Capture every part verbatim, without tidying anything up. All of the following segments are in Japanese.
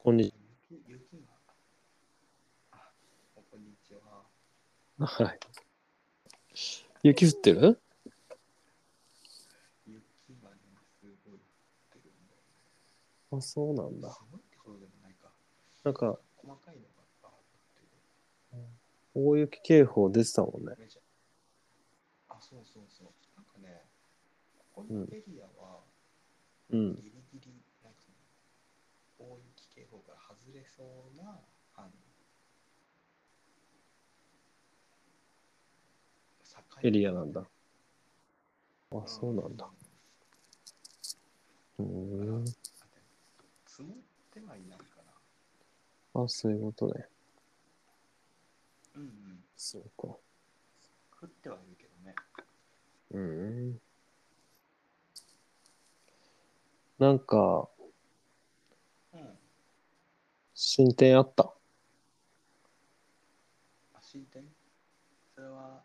こんに雪、雪が、あ、こんにちは。 はい。雪降ってる？ 雪がね、すごい降ってるんだよね。 あ、そうなんだ。 すごいってほどでもないか。 なんか、 細かいのがバーッと降ってる。 大雪警報出てたもんね。 めちゃ、あ、そうそうそう。なんかね、ここうん。 のエリアは、 うん。 ギリギリ、なんかその、大雪警報から外れそうな、あの、境エリ目なんだよね。 アなんだ。あ、 うん。 そうなんだ。うーだから、 ん。 あて積もってはいないかな。 あ、そういうことね。 うんうん。 そうか。 降ってはいるけどね。 うーん。なんか、 うん。 進展あった？ あ、進展それは、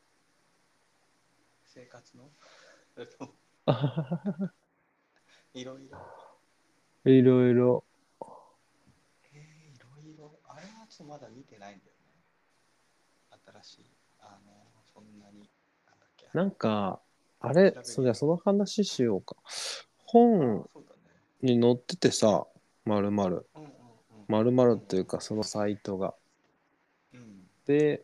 生活のそれともあははは。 いろいろ。 いろいろ。 へえ、いろいろ。あれはちょっとまだ見てないんだよね。新しい。あの、そんなに、なんだっけ、あなんの、 か、あれ、 調べるやつ。 そりゃその話しようか。 ああ、 本そうだね。 に載っててさ、まるまる。 うんうんまるまるうん。うんっていうか、そのサイトが。 うん。うん。 で、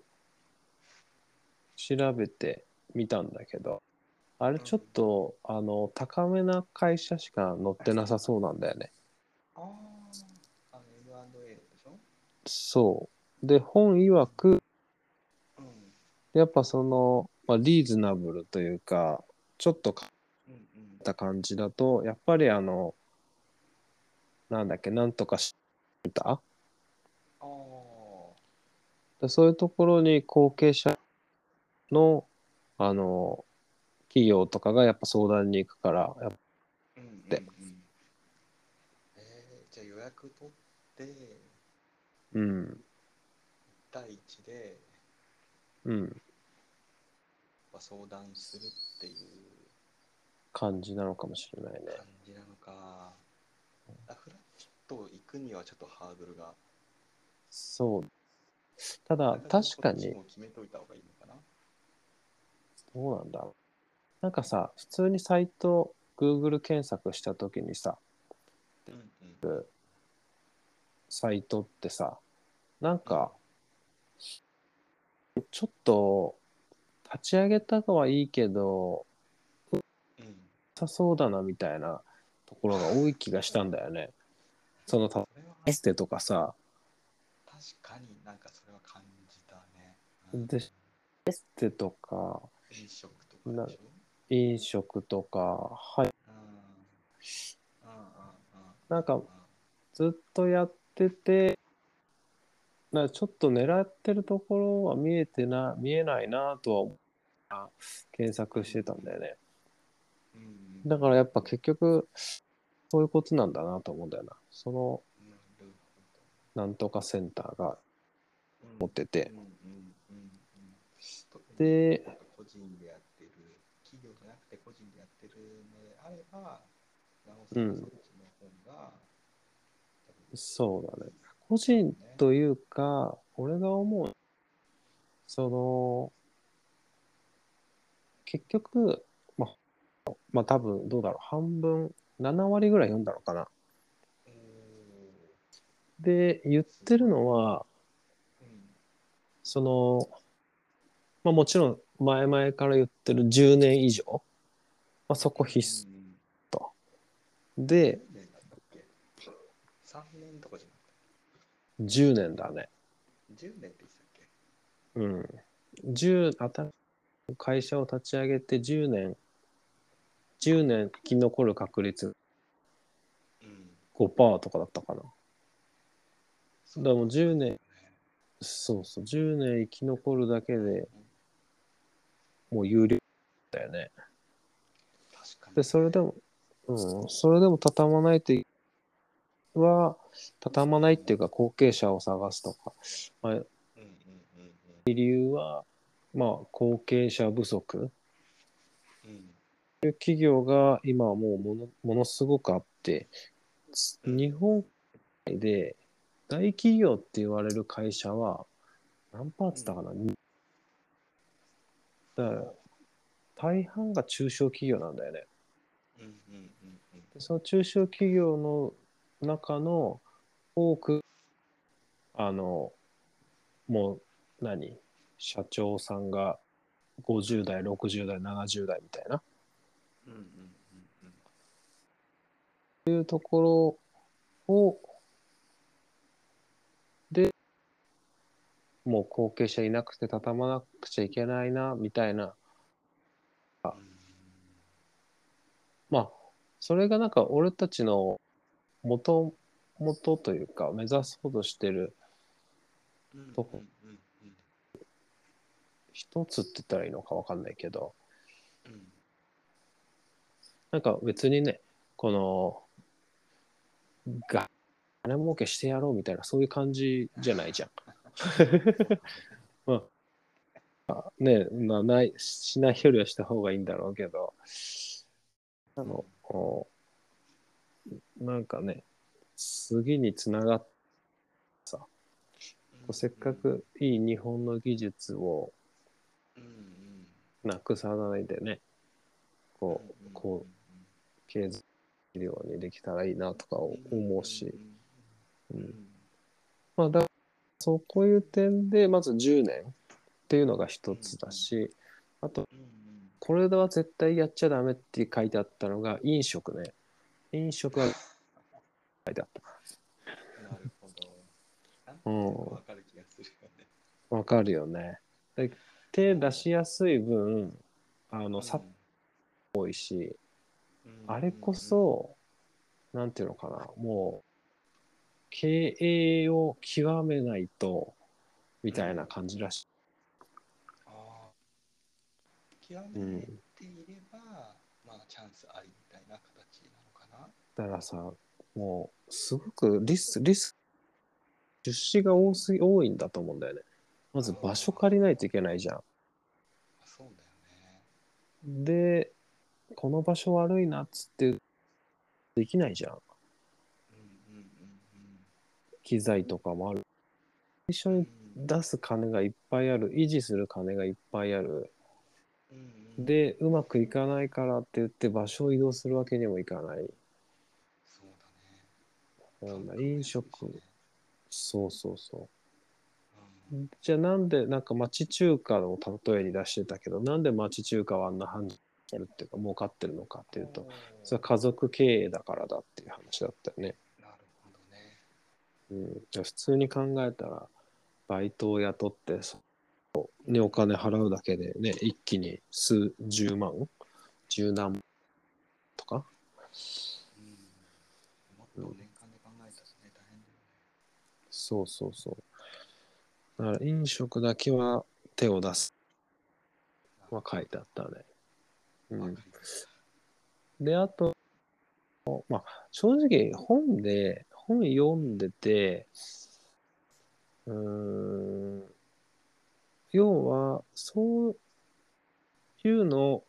調べてみたんだけど、あれうん。 ちょっと、あの、高めな会社しか載ってなさそうなんだよね。 ああ、あの エムアンドエー でしょ。 そう。で、本曰く、 うん。 やっぱその、まあ、リーズナブルというか、ちょっと変わうんうん。 った感じだと、やっぱりあの、なんだっけ、なんとかしたああ、 でそういうところに後継者の、あの、企業とかがやっぱ相談に行くから、やっぱうんうんうて、 ん。えー、じゃあ予約取って、 うん、 第一で、 うん、 まあ、相談するっていう感じなのかもしれないね。 感じなのか。あ、フラッと行くにはちょっとハードルが、 そう。ただ、 あらかじめこっち確かに、 も決めといた方がいいのかな。 どうなんだろう。なんかさ、普通にサイト、Google 検索したときにさ、 うんうんサイトってさ、なんうんか、ちょっと、立ち上げたのはいいけど、 うん。 良さそうだなみたいなところが多い気がしたんだよね。その、 それはエステとかさ、 確かになんかそれは感じたね。 で、エステとか、 うん、飲食とかでなしょ。 飲食とか、はい、 うんうんうんうんなんか、 うんずっとやってて、なんかちょっと狙ってるところは見えてな、見えないなとは思う検うん索してたんだよね。 うんうんうんだからやっぱ結局、そういうことなんだなと思うんだよな。その、 うん。なるなんとかセンターがほど。 持ってて。 うんうんうんうんうん。特にで、 なんか個人でやってる、企業じゃなくて個人でやってるのであれば、なおさらそうん、 っちの方が多分そうだね。 いい個人だろうね。 というか、俺が思う、その、結局、まあ、まあ多分どうだろう、半分、なな割ぐらい読んだのかな。 おー、 で、言ってるすごいね。 のは、 うん。 その、まあもちろん前々から言ってるじゅうねん以上、まあ、そうんうんうこ必須ん。 と。 10 で、 年だったっけ？ さん 年とかじゃなくて。 じゅうねんだね。 じゅうねんって言ってたっけ？ うん。じゅう、新しい会社を立ち上げてじゅうねん、じゅうねん生き残る確率うん。 ごパーセントとかだったかな。だかそんらもう10 な感じだよ年、 ね。 そうそう、じゅうねん生き残るだけうんうん。 でもう有料だよね。で、 確かにね。 それでも、うん、それでも畳まないとは、畳まないっていうか後継者を探すとか、まあ、 うんうんうん理由は、まあ、後継者不足。 うんうん企業が今はもうものものすごくあって、 うん日本で、大企業って言われる会社は、何パーうん。 ツだかな、だからほ大半が中小企業なんだよね。 う。うんうんうんうん。 でその中小企業の中の多く、あの、もう何社長さんがごじゅう代、ろくじゅう代、ななじゅう代みたいな。 うんうんうんうん。 そういうところを、で、もう後継者いなくて畳まなくちゃいけないな、みたいな。 うんまあ、それがなんか俺たちの元々というか、目指そうとしてるうんうんとこ、 うんうん一つって言ったらいいのかわかんないけど、 うんなんか別にね、この、が、金儲けしてやろうみたいな、そういう感じじゃないじゃん。 そうだね。 まあね、まあ、ない、しないよりはした方がいいんだろうけど、あうんの、こうなんかね、次につながってさ、 うんこうせっかくいい日本の技術をうんうんなくさないでね、 うんこう、 うんこう、経済ようにできたらいいなとかうんうん思うし、うん、 うんうんまあ、だそうこういう点で、まずじゅうねんっていうのがうん一つだし、あと、 うんうんこれでは絶対やっちゃダメって書いてあったのが飲食ね。飲食は書いてあった。 なるほど。なんとなくうわかる気がするよね。 ん、わかるよね。で手出しやすい分、あの、差うん多いし、 うんうんあれこうんそ、なんていうのかな、もう、経営を極めないと、みうん。 たいな感じらしい。 ああ、極うん。 めていれば、まあチャンスありみたいな形なのかな。 だからさ、もう、すごくリス、リス、出資がうん。 多すぎ、多いんだと思うんだよね。まず場所借りないといけないじゃん。 あ、そうだよね。 で、この場所悪いなっつってできないじゃん。 うんうんうん機材とかもある。一緒うん。うにん出す金がいっぱいある。維持する金がいっぱいある。 うんうんうん。 で、うまくいかないからって言って場所を移動するわけにもいかない。 そうだね。単うん、 価も飲食、 安いしね。 そうそうそうう。じゃあなんで、なんか町中華を例えに出してたけど、なんで町中華はあんな繁盛してるっていうか、儲かってるのかってん。 いうと、それはお家族経営だからだっていう話だったよね。 ー、なるほどね。 うん、普通に考えたら、バイトを雇って、そこうん。 にお金払うだけでね、一気に数十万、十何万とか、 うん。もっうん、 と年間で考えたらね、大変だよそうそうそう。だから飲食だけは手を出すね。なるは書いてあほったね。うど。わん。 かりました。 で、あと、まあ、正直本で、本読うん。 んでて、うーん、要は、そういうの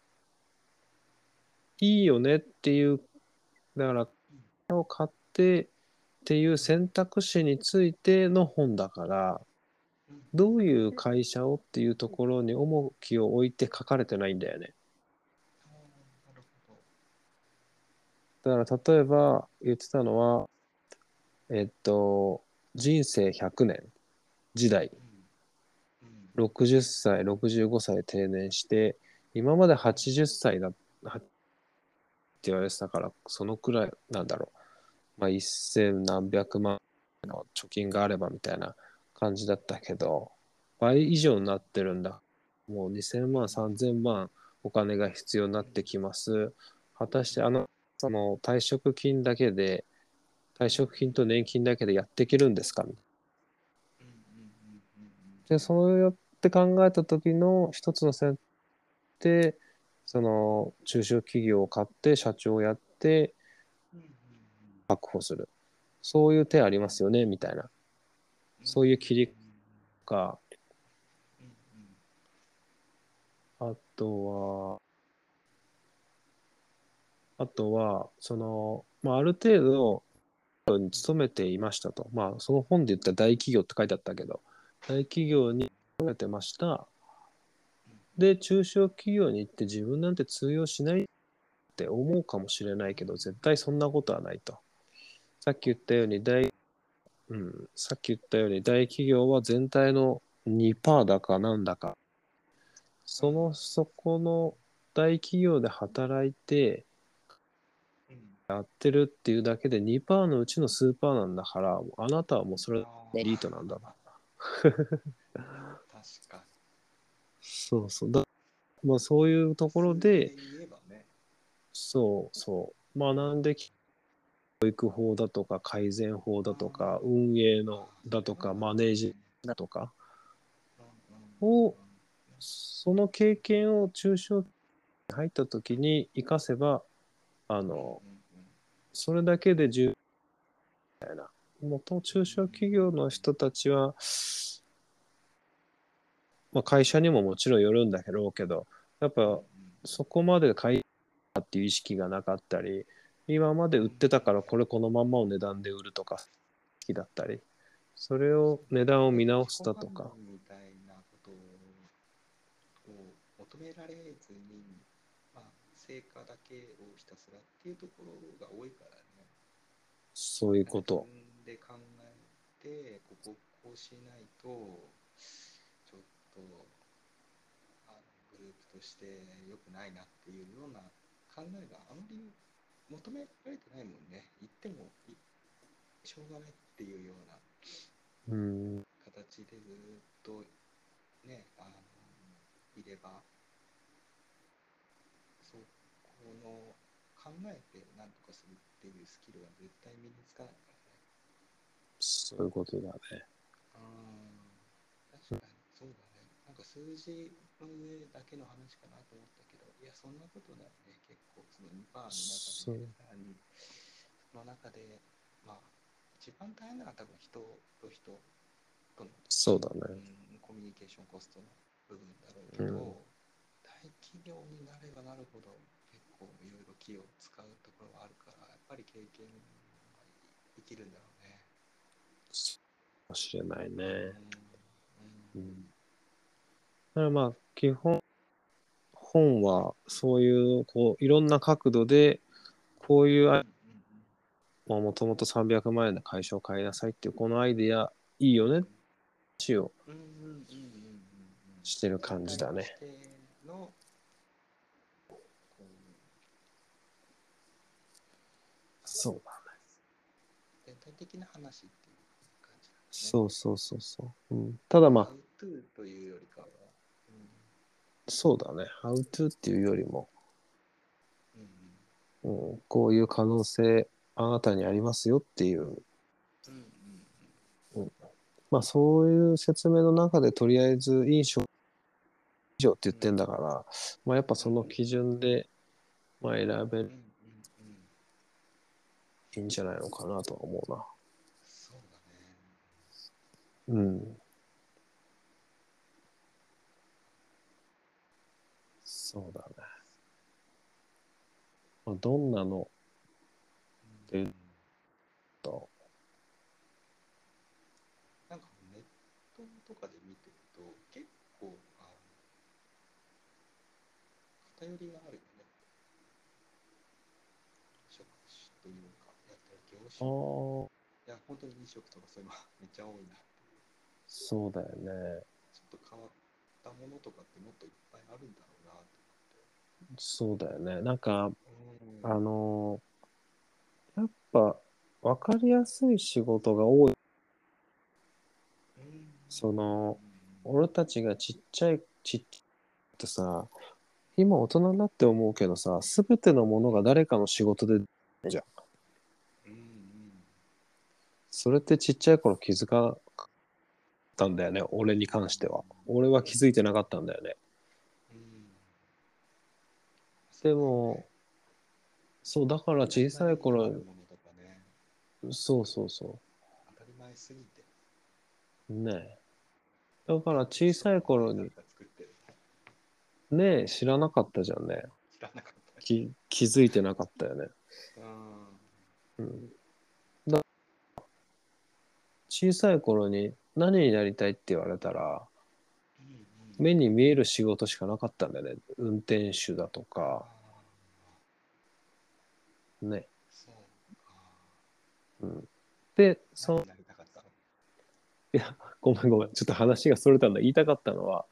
いいよねっていう、だから、 うん。 を買ってっていううん。 選択肢についての本だから、 うん。うん。 どういう会社をっていうところに重きを置いて書かれてないんだよね。 あー、なるほど。 だから例えば言ってたのは、えっと、人生ひゃくねん時代、 うん。うん。 ろくじゅっさい、ろくじゅうごさい定年して、今までうん。 はちじゅっさいだって言われてたから、そのくらいなんだろう。まあ、一千何百万の貯金があればみたいな感じだったけど、倍以上になってるんだ。もうにせんまん、さんぜんまんお金が必要になってきます。果たしてあの、その退職金だけで、退職金と年金だけでやっていけるんですか？で、そうやって考えた時の一つの選択で、その中小企業を買って社長をやって確保する。そういう手ありますよね、みたいな。そういう切りか、あとは、あとは、その、まあ、ある程度、 業に勤めていましたと。まあ、その本で言ったら大企業って書いてあったけど、大企業に勤めてました。で、中小企業に行って自分なんて通用しないって思うかもしれないけど、絶対そんなことはないと。さっき言ったように大、うん、さっき言ったように大企業は全体のにパーセントだかなんだか、その、そこの大企業で働いてやってるっていうだけでにパーセントのうちの数パーなんだから、あなたはもうそれエリートなんだと。 確かそうそう。だまあそういうところに。数字で、 で言えばね。 そうそう。学んでき教育法だとか改善法だとかあ運営あ、 のああ、そだとかれはあるマネージね。 だとかうんうんをうんその経験を中小企業に入った時に生かせばあうん。うんうんのうんそれだけで十分みたいな。もと中小企業の人たちは、まあ、会社にももちろんよるんだけどけどやっうんうんぱそこまで会社っていう意識がなかったり今まで売ってたからこれこのまんまの値段で売るとか好きだったりそれを値段を見直すだとか。 自己判断みたいなことを求められずに、まあ、成果だけをひたすらっていうところが多いからね。 そういうなんか自分こと。 で考えて、こここうしないと、ちょっとあのグループとして良くないなっていうような考えがあまり求められてないもんね。言ってもしょうがないっていうようなうん、 形でずっとね、あのいれば、そこの考えて何とかするっていうスキルは絶対身につかないからね。 そういうことだね。 うん、確かにそうだね。なんか数字の上だけの話かなと思ったけど、いや、そんなことないね。結構、そのにパーセントの中で、 そう、 さらに、その中で、まあ、一番大変なのは多分人と人との、 そうだね。 うん、コミュニケーションコストの部分だろうけうん、 ど、大企業になればなるほど結構いろいろ気を使うところはあるから、やっぱり経験は生きるんだろうね。 かもしれないうんね。うん、 うんだからまあ、基本、本はそういう、こう、いろんな角度で、こういううんうアイ、 んまあ、もともとさんびゃくまん円で会社を買いなさいっていう、このアイデア、いいよねって話をうんうんうんうんうんうんうん。 してる全感じだね。 体としてのこうあのそうだ。 全体的な話っていう感じなんだね。 そうそうそうそう。うん、ただまあ、 ハウトゥーというよりかは、うんそうだね。How to っていうよりも、 うんうん、こういう可能性、あなたにありますよっていう、 うんうんうん、まあそういう説明の中でとりあえず印象以上って言っうんてんだから、まあやっぱうんうんその基準で、まあ、選べるうんうんうん。 いいんじゃないのかなとは思うな。 そうだね。 うん。そうだね。まあ、どんなのっうんうん。 ていうと、 なんかネットとかで見てると結構あの偏りがあるよね。職種というかやってる業あ種。 あ、 いや本当に飲食とかそういうのめっちゃ多いなっていう。 そうだよね。 ちょっと変わったものとかってもっといっぱいあるんだろうなとそうだよね。なんか、 思って。 あのーやっぱ、わかりやすい仕事が多い。 うんうんうんその、俺たちがちっちゃい、ちっちゃいってさ、今大人になって思うけどさ、すべてのものが誰かの仕事で、じゃん。 うんうんそれってちっちゃい頃気づかなかったんだよね、俺に関しては。俺は気づいてなかったんだよね。 うん。そうでだよね。 も、そう、だから当たり小さ前にあい頃、 るものとかね、 そうそうそ当たり前すぎて、 う、ね。だからなんで小さいそこまで頃に、 誰か作ってるのね、知らなかったじゃんね。 知らなかった。 き、気づいてなかったよね。 うん。 うん。 小さい頃に何になりたいって言われたら、 うんうん。 目に見える仕事しかなかったんだよね。運転手だとあか、 あ、 ね。 そうか。 うん。で、その、 何になりたかったの？ いや、ごめんごめん。ちょっと話がそれたんだ。言いたかったのは、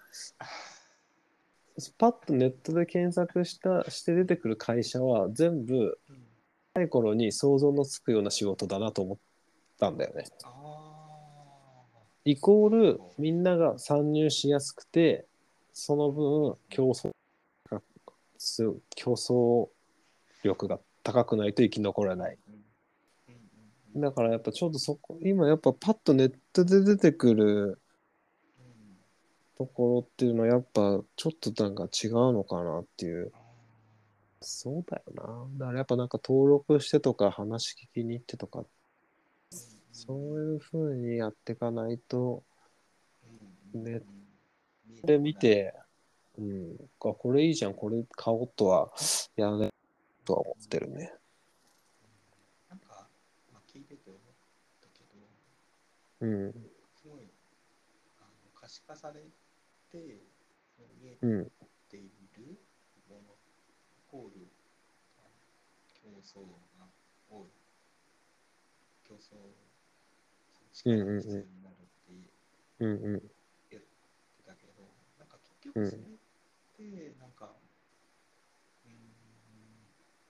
パッとネットで検索した、して出てくる会社は全部、 うん。 若い頃に想像のつくような仕事だなと思ったんだよね。 ああ、 イコール、 なるほみんなが参入しやすくて、そのど。うんうん分、競争が、競争力が高くないと生き残れうん。うんない。 うん。うんうんだからやっぱちょっとそこ、今やっぱパッとネットで出てくるうん。うん。 ところっていうのはやっぱちょっとなんか違うのかなっていう。 あそうだよな。だからやっぱなんか登録してとか話聞きに行ってとか、 ー、 そういうふうにやっていかないと、 うんうんうんネットうん。見えてでこない。 見て、うん、あこれいいじゃん、これ買おうとはやらないとは思ってるね。 なんか、まあ、聞いてて思ったけど、 うん、 すごいあの可視化されて、その見えうん、 ているものイコールあの競争が多い、競争、そのうん、 力がうん、 必要になるってうん、うん、 言ってたけど、なんか結うん。 局それってなんか、うーん、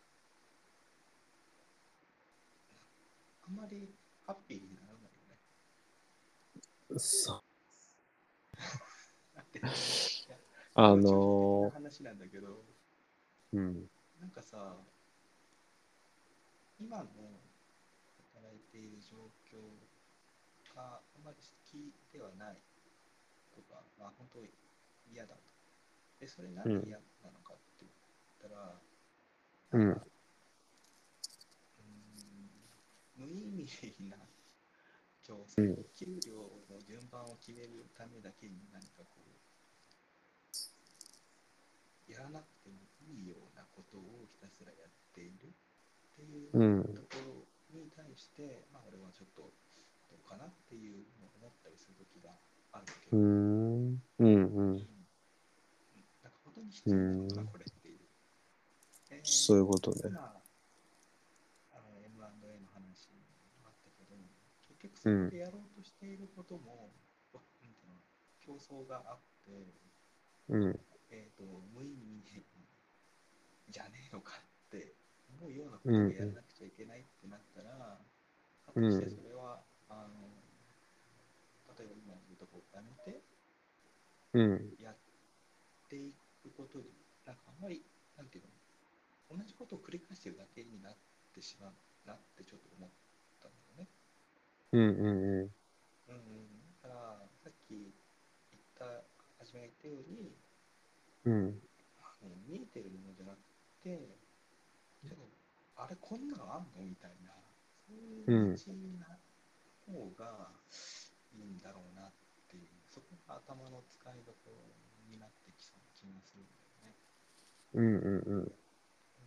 あんまりハッピーにならないよね。 そだって、いや、すあごい抽象的なの話なんだけど、 ー、うん、 なんかさ、今の働いている状況があんまり好きではないとか、まあ本当に嫌だと。で、それなんうん、 で嫌なのかって言ったら、なうん、 んか、うーん、無意味な競争、 うん、 給料の順番を決めるためだけに何かこう、やらなくてもいいようなことをひたすらやっているっていううん、 ところに対して、まあ俺はちょっとどうかなっていうのを思ったりする時があるけうど、 ん、うん、 うん、なんか本当にう必要なのかな、 ん、 これっていう。えそういうことー、 ね。 今、あの エムアンドエー の話もあったけど、結局うん、 そこでやろうとしていることも、わなんていうの、競争があって、 うん、 えーと、無意味じゃねえのかって思うようなこうん、 とがやらうん、 なくちゃいけないってなったら、果たしてうん、 それは、あの例えば今言うとこをやめてうん、 やっていくことに、なんかあんまり、なんていうの、同じことを繰り返してるだけになってしまうなってちょっと思ったんだよね。 うん、うん、 うんうん、だからさっき言った初めが言ったように、 うん、 あの見えてるものじゃなくて、けどあれこんなのあんのみたいな、そういう道うん、 な方がいいんだろうなっていう、そこが頭の使いどころになってきそうな気がするんだよね。 うん、うん、 うん、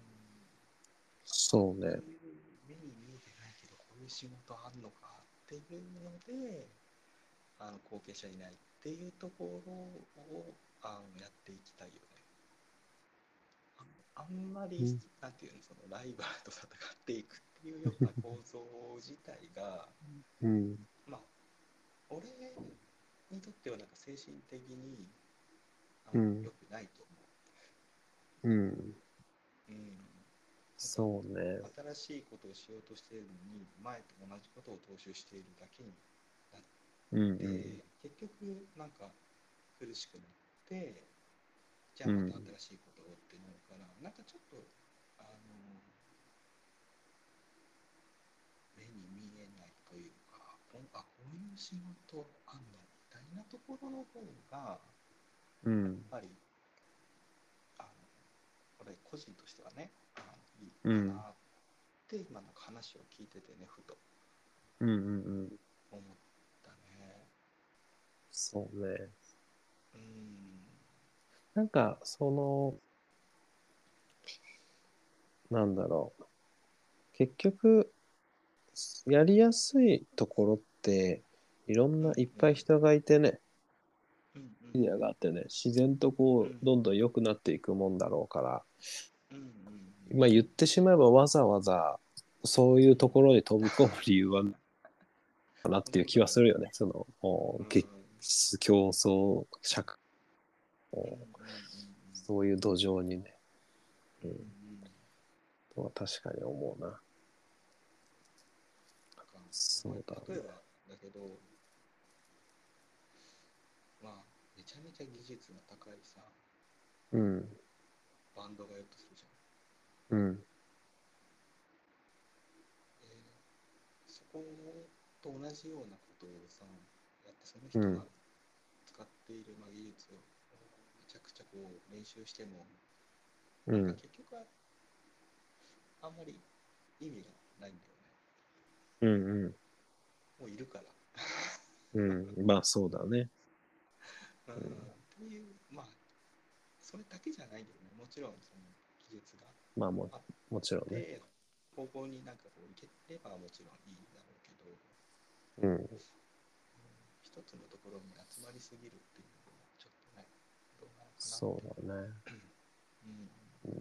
あ、 そうね。 こういう目に見えてないけどこういう仕事あんのかっていうので、あの後継者いないっていうところをあのやっていきたいよね。あんまり、 うん、 なんていうの、そのライバルと戦っていくっていうような構造自体が、 うん、 まあ、俺にとってはなんか精神的にあのうん、 良くないと思うん、 う。うん。なんかそうね。 新しいことをしようとしているのに、前と同じことを踏襲しているだけになっうん、 て、結局なんか苦しくなって、じゃあうん、 またうん、 新しいことをってなるから、なんかちょっと、あの、目に見えないというか、あ、こういう仕事あんのみたいなところの方が、やっうん、 ぱり、あの、俺個人としてはね、あのいいうん、 かなって今の話を聞いててね、ふとうん、うん、 思ったね。 そうね。 うん、 なんか、その、なんだろう。結局、やりやすいところって、 いろんうんないっぱい人がいてね、 うんうんエリアがあってね、自然とこう、 うんどんどん良くなっていくもんだろうから、 うんうんまあ言ってしまえばわざわざそういうところに飛び込む理由はないかなっていう気はするよね。その、もう、 うん激競争社会、 うんうんうんそういう土壌にね、ううんうん、 んとは確かに思うな。 なんかまそうだね。 あ例えばだけど、まあめちゃめちゃ技術が高いさうん、 バンドがいるとするじゃん。 うん、 でそこと同じようなことをさやってそのうん、 人が使っている、まあ、技術をめちゃくちゃこう練習してもなんかうん、 結局はあんまり意味がないんだよね。 うん、うん、 もういるから。 うん、まあそうだね。 うん、っうん、 ていうまあそれだけじゃないんだよね。もちろんその技術がまあも、 あっもちろんね。 て方向になんかこういければもちろんいいんだろうけど、 うん、 一つのところに集まりすぎるっていうのはちょっとねどうなのかなって。 そうだね。 うんうん、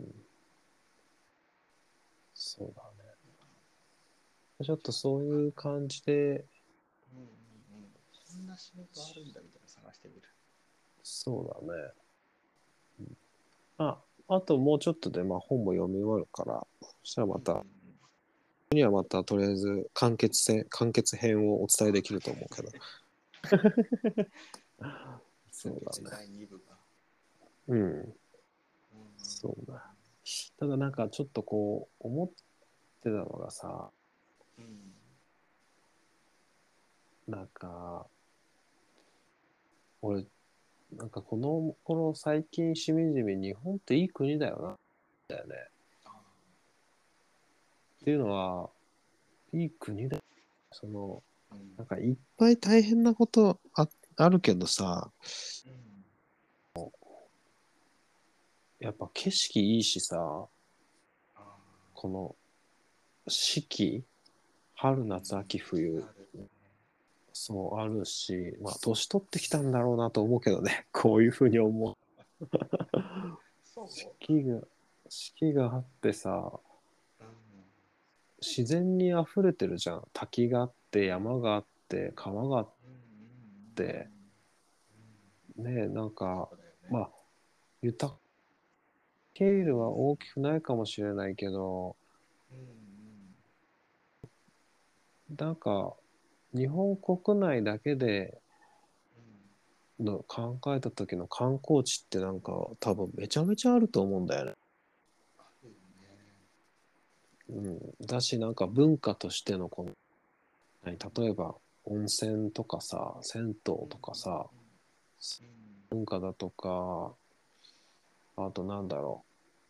そうだね。ちょっとそういう感じで、 うんうんうん、そんな仕事あるんだみたいなの探してみる。 そうだね。あ、あともうちょっとで、まあ本も読み終わるから、そしたらうんうんまた、にはまたとりあえず完結戦、完結編をお伝えできると思うけど。 完そうだね。 結編だいにぶが。 うん、 うんうんそうだ。ただなんかちょっとこう、思ってたのがさ、 うんうんなんか、俺、なんかこの頃最近しみじみ日本っていい国だよな、だよね。 あっていうのは、いい国だよ。その、 ーうんなんかいっぱい大変なことあ、あるけどさ、 うんやっぱ景色いいしさ、 あこの四季、春、 ーうん夏、秋、冬、 あるね。 そうあるし、まあ年取ってきたんだろうなと思うけどね、こういうふうに思う。 そう四季が、四季があってさ、 うん自然に溢れてるじゃん。滝があって、山があって、川があっうんうんて、 うんね、なんか、 豊かだよね。 まあ、豊か、スケールは大きくないかもしれないけど、 うんうんなんか、日本国内だけでうんの考えた時の観光地ってなんか多分めちゃめちゃあると思うんだよね。 あるよね。 うん。だし、なんか文化としてのこの、何うん例えば温泉とかさ、銭湯うんとかさ、 うんうん文化だとか、あとなんだろ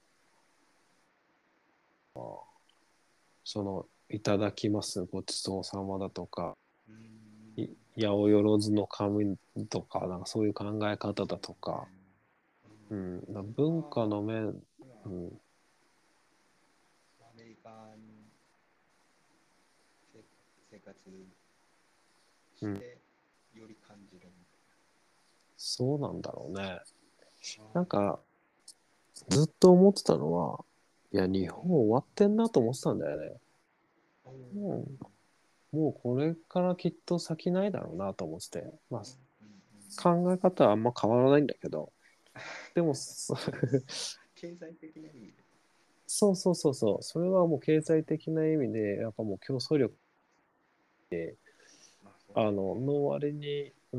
う、その、いただきますごちそうさまだとか、 うんうんい八百万の神とか、なんかそういう考え方だそうとか、 だね。ううん、だんそれ文化はの面、 今うん、 アメリカに生生活うん、 してより感じるみそうなんだろうね。 たいな。 なんか、ずっと思ってたのは、いや、日本終わってんなと思ってたんだよね。 うんうんもう、もうこれからきっと先ないだろうなと思ってて、まあ、 うんうん考え方はあんま変わらないんだけど、でも、そ経済的な意味で。 そうそうそうそう、それはもう経済的な意味で、やっぱもう競争力、 まあそうだよあの、 ね。 の割に、うん、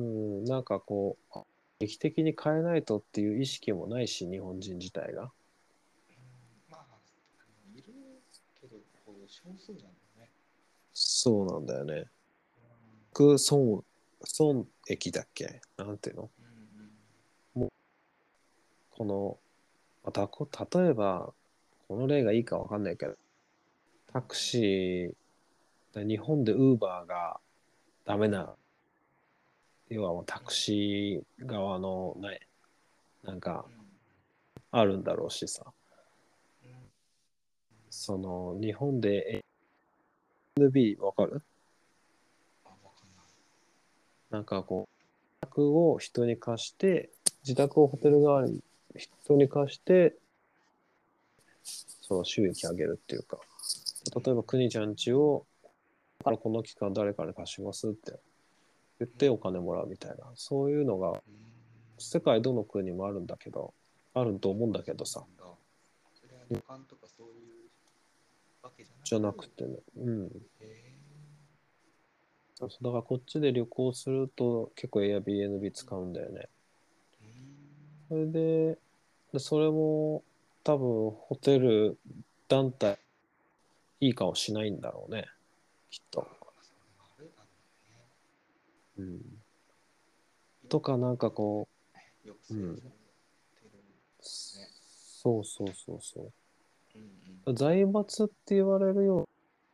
なんかこう、あ劇的に変えないとっていう意識もないし、日本人自体が。 うんまあ、あのいるけど、こう少数なんだよね。 そうなんだよね。 う僕、損、損益だっけなんていうのんうんもう、この、またこ例えば、この例がいいかわかんないけど、タクシー、日本でウーバーがダメな、要はもうタクシー側のね、なんかうんうんあるんだろうしさ、 うんうんその日本で エヌビー わかる？ あ、わかんない。 なんかこう、自宅を人に貸して、自宅をホテル側に人に貸して、その収益上げるっていうか、例えば国ちゃん家を、この期間誰かに貸しますって言ってお金もらうみたいな、そういうのが世界どの国にもあるんだけど、あると思うんだけどさ。 それは旅館とかそういうわけじゃなくじゃなくてね。うん。 へそうそう、だからこっちで旅行すると結構 Airbnb 使うんだよね。 ーうんそれで、でそれも多分ホテル団体いい顔しないんだろうね、きっあと。 あそれはあるだろうねうん。 いろんなとかなんかところでこ抑う、うん。 制されてるねそうそうそうそうんうんう。財閥って言われるよう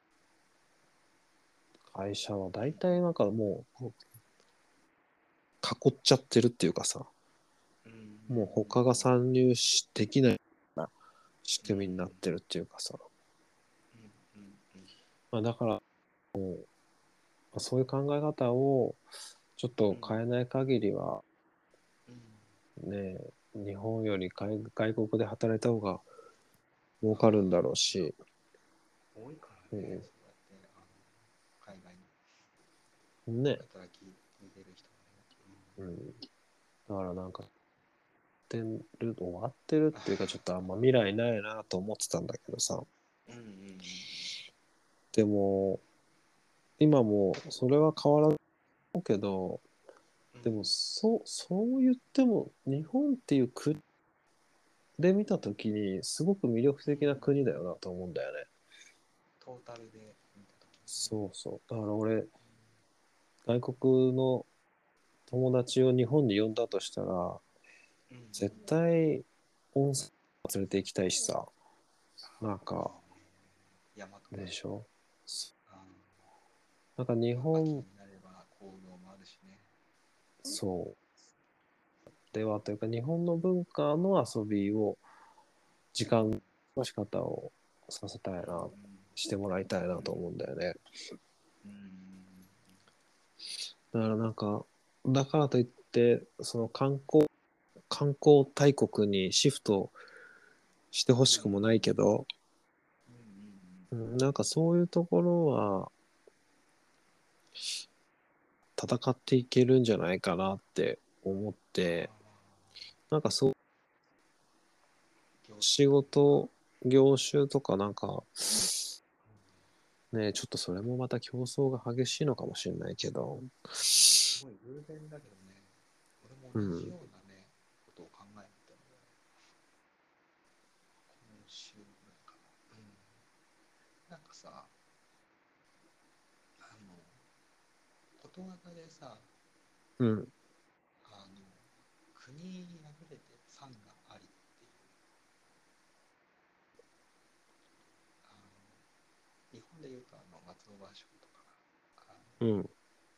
な会社は大体なんかもう囲っちゃってるっていうかさ、 うんうんうんもう他が参入しできないような仕うんうん組みになってるっていうかさ、 うんうんまあ、だからそういう考え方をちょっと変えない限りはうんね、日本より外外国で働いた方が儲かるんだろうし、 多いからね、 うん、 そうやってあの海外にね、 働きに出る人がうん、だからなんか終わってる終わってるっていうかちょっとあんま未来ないなと思ってたんだけどさ、 うんうんうんでも今もそれは変わらないけど、 うんでもそうそう言っても日本っていう国で見た時にすごく魅力的な国だよなと思うんだよね。 トータルで見たときにね。 そうそう。だから俺外国の友達を日本に呼んだとしたらうんうん、 絶対温泉連れて行きたいしさ、なんいいね。 か山とかね。 でしょ。 あなんか日の秋本、 になれば紅葉もあるしね。 そうではというか日本の文化の遊びを時間の仕方をさせたいうんな、してもらいたいなと思うんだよね。 うんうんだからなんかだからといってその観光観光大国にシフトしてほしくもないけど、 うんうんうん、なんかそういうところは戦っていけるんじゃないかなって思っあて、 あ、 なんかそう業種仕というか、 事業種とかなんかね、ちょっとそれもまた競争が激しいのかもしれないけど、 すごい偶然だけどね、俺も同じうんようなね、ことを考えてたので、今週ぐらいかな。うん。なんかさ、あの、ことわざでさ、 うんあの、国に敗れて藩がありっていう、あの、日本で言うとあの松尾芭蕉とかが、 うん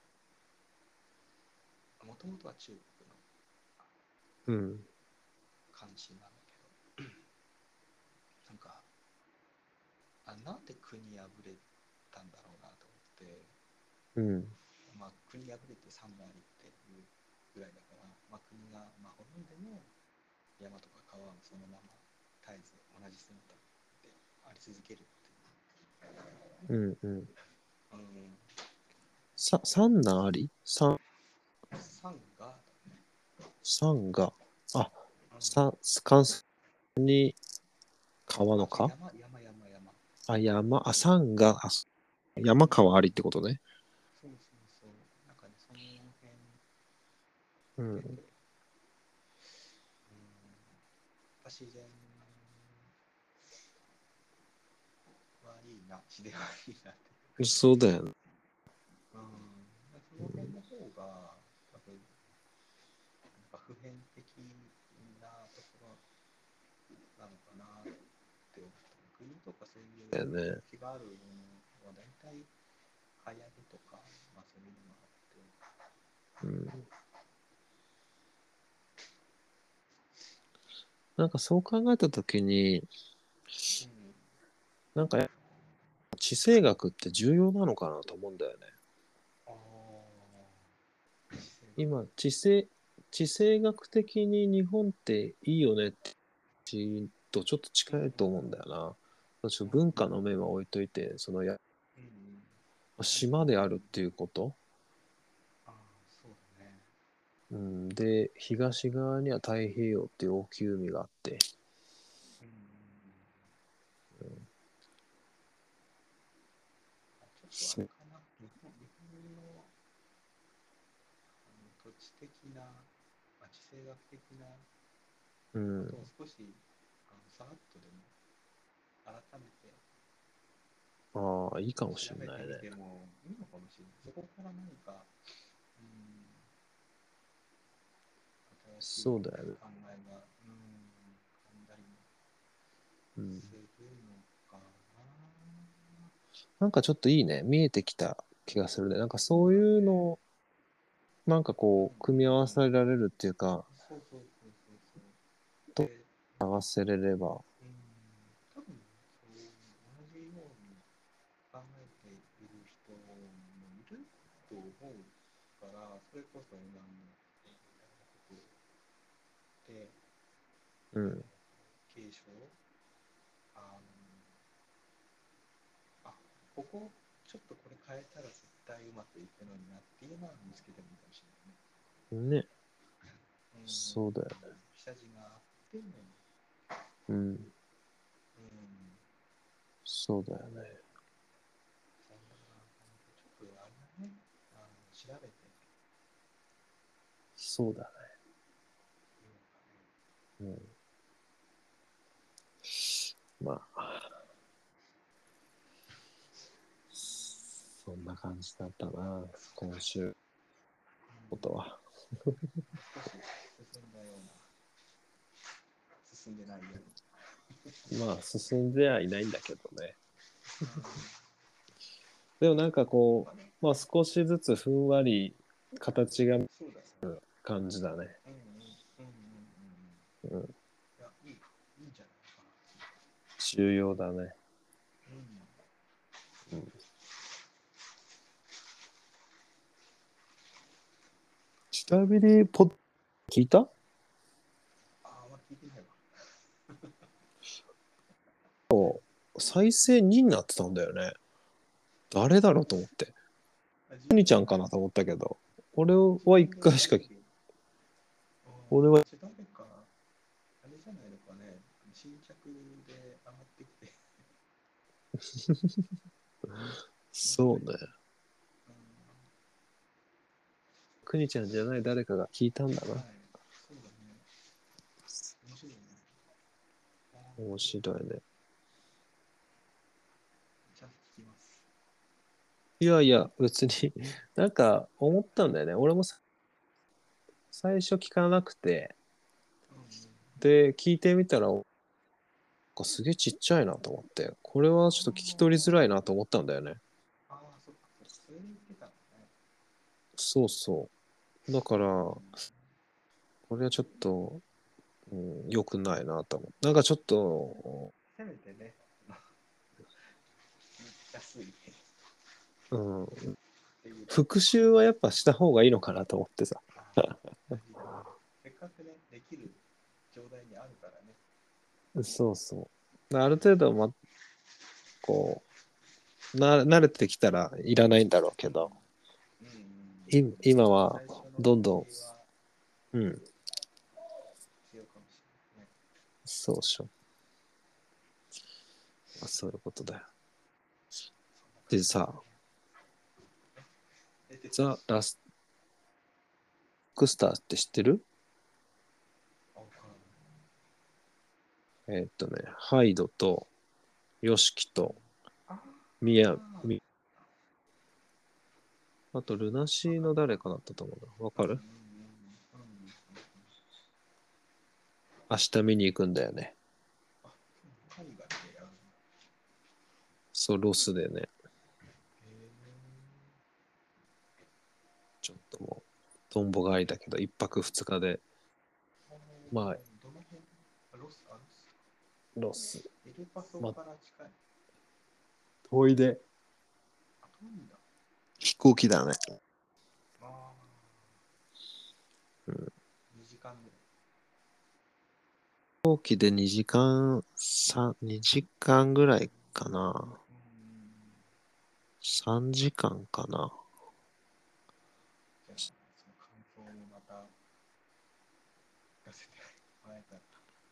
もともとは中国のうん漢詩なんだけど、なんか、あ、なんで国破れたんだろうなと思って、 うんまあ、国破れて三がありっていうぐらいだから、まあ、国が、まあ、滅んでも山とか川はそのまま絶えず同じ姿であり続けるってうんうん。 いう。うん。 さ、三男あり三、 三がだね。 三が、あ、 うん。 三、関西に川のあ、 か山、山、山、山。 あ、山、あ、三が、あ、山川ありってことね。 そうそうそう。なんかね、その辺うん。 見てて、うん、やっぱ自然はいいな、自然はいいなって。 そうだよね。 うん。その辺の方が、多分、なんか普遍的なところなのかなって思った。国とかそういうだよね。 歴史があるものは大体流行りとか、まあそういうのがあって、 うん。なんかそう考えたときに、 うん、 なんか地政学って重要なのかなと思うんだよね。 ああ、 今、地政、地政学的に日本っていいよねって話とちょっと近いと思うんだよな。ちょっと文化の面は置いといて、そのやうんうん島であるっていうこと。 ああ、そうだね。 うん、で、東側には太平洋っていう大きい海があって、 うんうんうんあちょっとあそう。 れかな、日本、日本の、あの土地的な、まあ、地政学的なうん。 ことを少しあのさらっとでも改めてああ、いいかもし調べてみれないね。 てもいいのかもしれない。そこから何か、うん、新しいそうだよね。 考えが、うん、浮かんだりもうん。 するのかな。 なんかちょっといいね。見えてきた気がするね。なんかそういうのを、なんかこう、組み合わせられるっていうか、 そうそうそうそうそう。 とで、 合わせれれば。 うん、多分そう同じように考えている人もいると思うから、それこそ今のみたいなことで、 うん。 継承、あの、あ、ここちょっとこれ変えたら絶対うまくいくのになっていうのは見つけてもいいかもしれないね。 ね。 うんうんうんそうだよね。 下地があって、うん、 うん。そうだよね。 そんな感じで、ちょっとあれだね、あの調べてそうだみようかね。 ね。うん。まあ、そんな感じだったな、今週ことは。 少し進んだような、進んでないようまあ、進んではいないんだけどね。 な。うん、 でもなんかこまあね、 う、まあ少しずつふんわり形がそうだよね。 感じだね。 うんうんうんうんうんうん。 うん。 いや、いい、いいんじゃないか重要だね。 な。うん。 うん。ちなみに、ポッ、聞いた？ ああ、まだ聞いてないわ。 再生にになってたんだよね。誰だろうと思って。 あ、自ふにちゃ分じゃない。 んかなと思ったけど、俺は一自分では回しか、 ないよ。あ俺は、 あ、じゃあ誰か、あれじゃないのかね。新着で上がってきて、もしかして。 そうね。 うん、 くにちゃんじゃない誰かが聞いたんだな。 はい。そうだね。面白いね。ああ、 面白いね。 じゃあ聞きます。 いやいや、別に、なんか思ったんだよね。俺もさ最初聞かなくて、 うんうん。 で、聞いてみたら、すげえちっちゃいなと思って、これはちょっと聞き取りづらいなと思ったんだよね。 ああ、ああ、そっかそっか。それで言ってたのね。 そうそう。だから、 うん。 これはちょっと、うん、良くないなと思って。なんかちょっと、 せめてね、安いっうん、 ていうとこ復習はやっぱした方がいいのかなと思ってさ。 あ大事だね。せっかくね、できる状態にあるからね。 そうそう。ある程度、ま、こう、な、慣れてきたらいらないんだろううん。 けど、 うんうんうん。 い今は最初のどんどうちはん、うん、 必要かもしれないね。 そうでしょ。まあ、そういうことだよ。 そんな感でさ、 じで。で、 ザ・ラスクスターって知ってる？ あ、わからない。 えーっとね、ハイドと、ヨシキと、 あミヤ、 あ、 ミあと、ルナシーわかった。 の誰かだったと思うな。わうんうんうんかる？ うん。うん明日見に行くんだよね。 あ、海外でやるんだ。 そう、ロスでね。 へちょっともう、とんぼ返りだけど、一泊二日で、 え。 まあ、 どの辺あロス、あ、ロス。 ロス。 エルパソまあ、 から近い。 遠いで、 あ、遠いんだ。 飛行機だね。 ああ。 間ぐらい。 飛行機でにじかん、さん、にじかんぐらいかな。 うん。 さんじかんかな。 じゃあ、その感想もまた聞かせてもらえたら。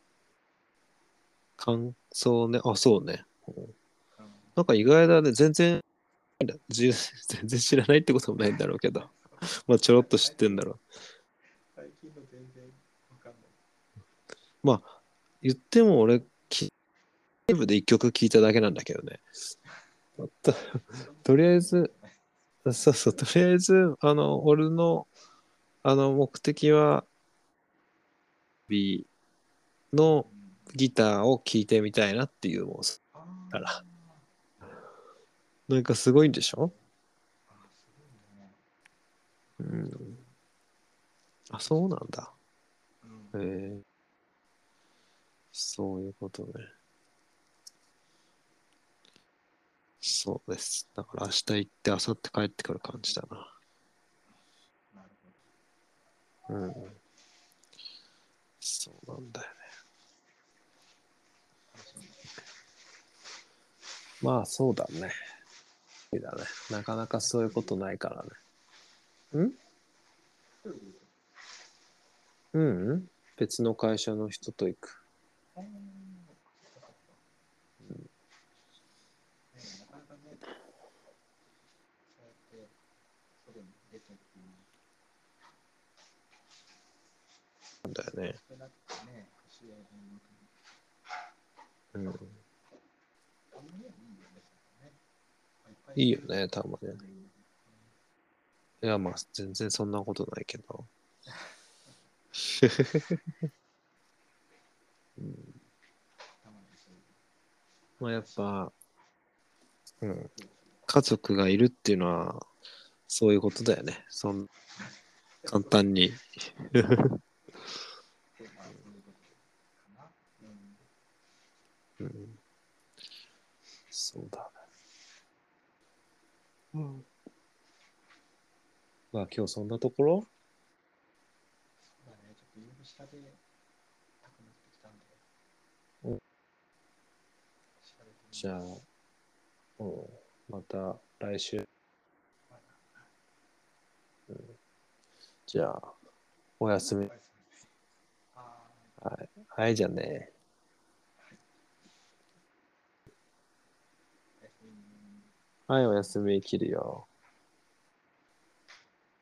感想ね。あ、そうね。 うん。 なんか意外だね。全然、じ全然知らないってこともないんだろうけど。まあちょろっと知ってんだろ最近の全然わかんない。 う。まあ、言っても俺、きライブで一曲聴いただけなんだけどね。と、 そんなとりあえず、 そんなことない。 そうそう、とりあえず、あの、俺の、あの、目的は、B のうん。 ギターを聴いてみたいなっていうもんあから。 あ、 なんかすごいんでしょ？ ああ、すごいね。 うちょっん。あ、 と、 そうなんだ。 うん。 へえ、そういうことね。そうです。だから明日行って明後日帰ってくる感じだな。 なるほうん。そうなんだよね。 ど。楽しみだ。 まあそうだね。いいだね。なかなかそういうことないからね。ん一人で行く。 うん、うん、別の会社の人と行く。 ああ、そっかそっか。ね、なかなかね、そうやって外に出てっていうなんだよね。 少なくてね、年上のうん。 たまにはいいよね、それね。まあいっぱいいいよいるね、たまにね。 人でいいよね。 いや、まあ全然そんなことないけど。うん、 たまにそういうまあやっ新しいぱ、うん、 空気家族がいるっていうのは、そういうことだよね。そん簡そう単に。 そう、まあそういうことかな。うん。 うん、そうだね。うん、まあ今日そんなところ。 そうだね、ちょっといろいろ調べたくなってきたんで、 うん、 調べてみじゃあ、 ます。 うん、また来週。 まだ、 うん、じゃあ、おやすみ。 おやすみです。ははい。はい、じゃあね。 ーい。おやすみ。 はい、おやすみ。切るよ。